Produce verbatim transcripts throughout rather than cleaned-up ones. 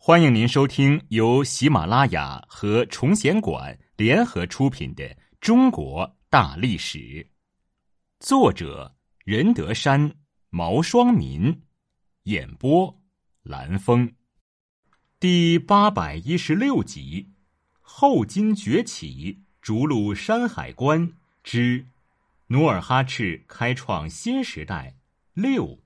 欢迎您收听由喜马拉雅和崇贤馆联合出品的《中国大历史》，作者任德山、毛双民，演播蓝峰，第八百一十六集：后金崛起，逐鹿山海关之努尔哈赤开创新时代六。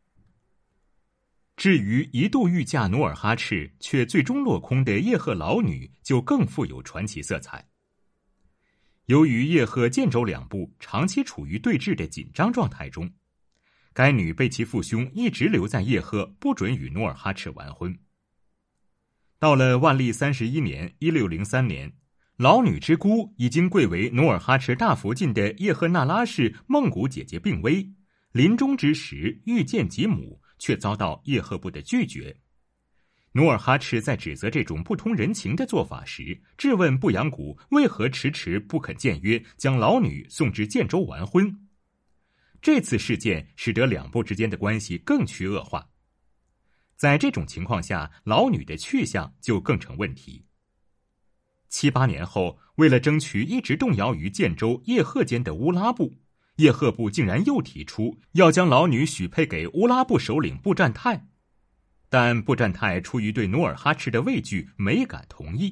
至于一度御驾努尔哈赤却最终落空的叶赫老女，就更富有传奇色彩。由于叶赫建州两部长期处于对峙的紧张状态中，该女被其父兄一直留在叶赫，不准与努尔哈赤完婚。到了万历三十一年（一六零三年），老女之姑已经贵为努尔哈赤大福晋的叶赫那拉氏孟古姐姐病危，临终之时欲见其母，却遭到叶赫部的拒绝。努尔哈赤在指责这种不通人情的做法时，质问不阳谷为何迟迟不肯见约，将老女送至建州完婚。这次事件使得两部之间的关系更趋恶化。在这种情况下，老女的去向就更成问题。七八年后，为了争取一直动摇于建州叶赫间的乌拉部，叶赫部竟然又提出要将老女许配给乌拉部首领布占泰，但布占泰出于对努尔哈赤的畏惧，没敢同意。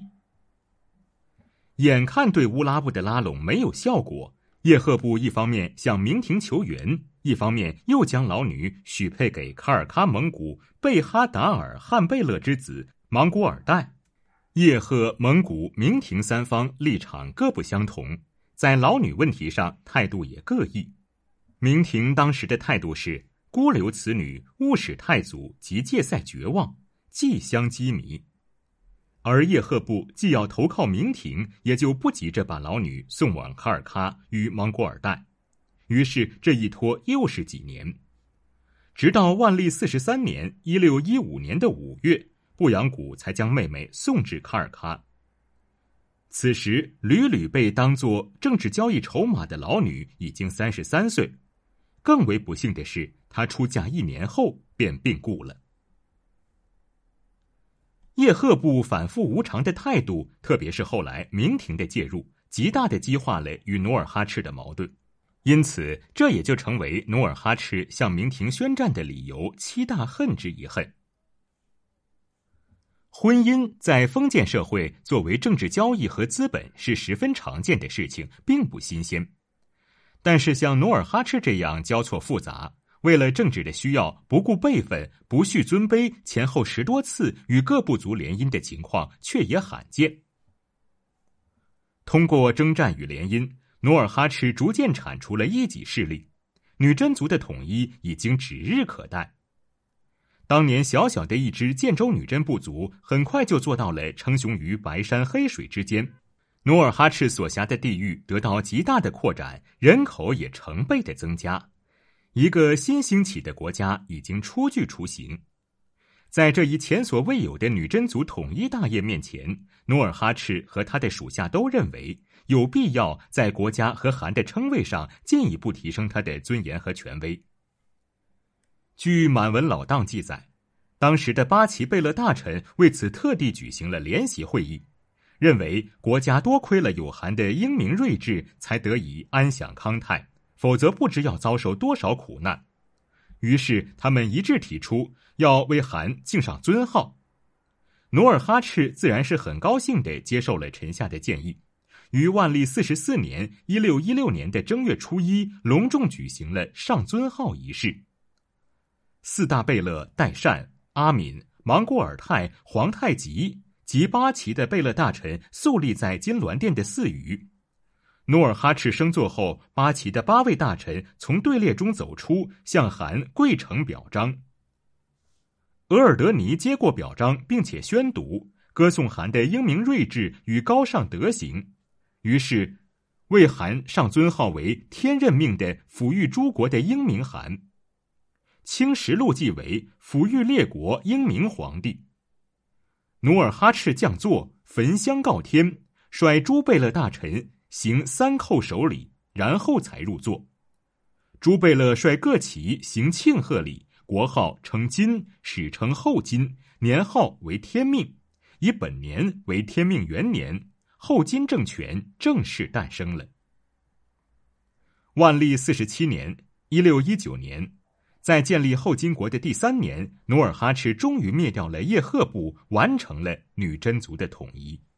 眼看对乌拉部的拉拢没有效果，叶赫部一方面向明廷求援，一方面又将老女许配给卡尔喀蒙古贝哈达尔汗贝勒之子莽古尔代。叶赫、蒙古、明廷三方立场各不相同，在老女问题上态度也各异。明廷当时的态度是孤留此女，勿使太祖及界塞绝望，既相羁迷。而叶赫部既要投靠明廷，也就不急着把老女送往卡尔喀与莽古尔代。于是这一拖又是几年，直到万历四十三年（一六一五年）的五月，不阳谷才将妹妹送至卡尔喀。此时屡屡被当作政治交易筹码的老女已经三十三岁，更为不幸的是，她出嫁一年后便病故了。叶赫部反复无常的态度，特别是后来明廷的介入，极大地激化了与努尔哈赤的矛盾，因此这也就成为努尔哈赤向明廷宣战的理由七大恨之一恨。婚姻在封建社会作为政治交易和资本是十分常见的事情，并不新鲜。但是像努尔哈赤这样交错复杂，为了政治的需要不顾辈分、不恤尊卑，前后十多次与各部族联姻的情况却也罕见。通过征战与联姻，努尔哈赤逐渐铲除了一己势力，女真族的统一已经指日可待。当年小小的一支建州女真部族，很快就做到了称雄于白山黑水之间。努尔哈赤所辖的地域得到极大的扩展，人口也成倍的增加，一个新兴起的国家已经初具雏形。在这一前所未有的女真族统一大业面前，努尔哈赤和他的属下都认为有必要在国家和汗的称谓上进一步提升他的尊严和权威。据满文老档记载，当时的八旗贝勒大臣为此特地举行了联席会议，认为国家多亏了有汗的英明睿智，才得以安享康泰，否则不知要遭受多少苦难。于是他们一致提出要为汗敬上尊号。努尔哈赤自然是很高兴地接受了臣下的建议，于万历四十四年（一六一六年）的正月初一隆重举行了上尊号仪式。四大贝勒代善、阿敏、莽古尔泰、皇太极及八旗的贝勒大臣肃立在金銮殿的四隅。努尔哈赤升座后，八旗的八位大臣从队列中走出，向汗跪呈表彰。额尔德尼接过表彰，并且宣读，歌颂汗的英明睿智与高尚德行，于是为汗上尊号为天任命的抚育诸国的英明汗。清实录记为抚育列国英明皇帝。努尔哈赤降座，焚香告天，率诸贝勒大臣行三叩首礼，然后才入座。诸贝勒率各旗行庆贺礼，国号称金，史称后金， 年号为天命，以本年为天命元年，后金政权正式诞生了。万历四十七年一六一九年，在建立后金国的第三年，努尔哈赤终于灭掉了叶赫部，完成了女真族的统一。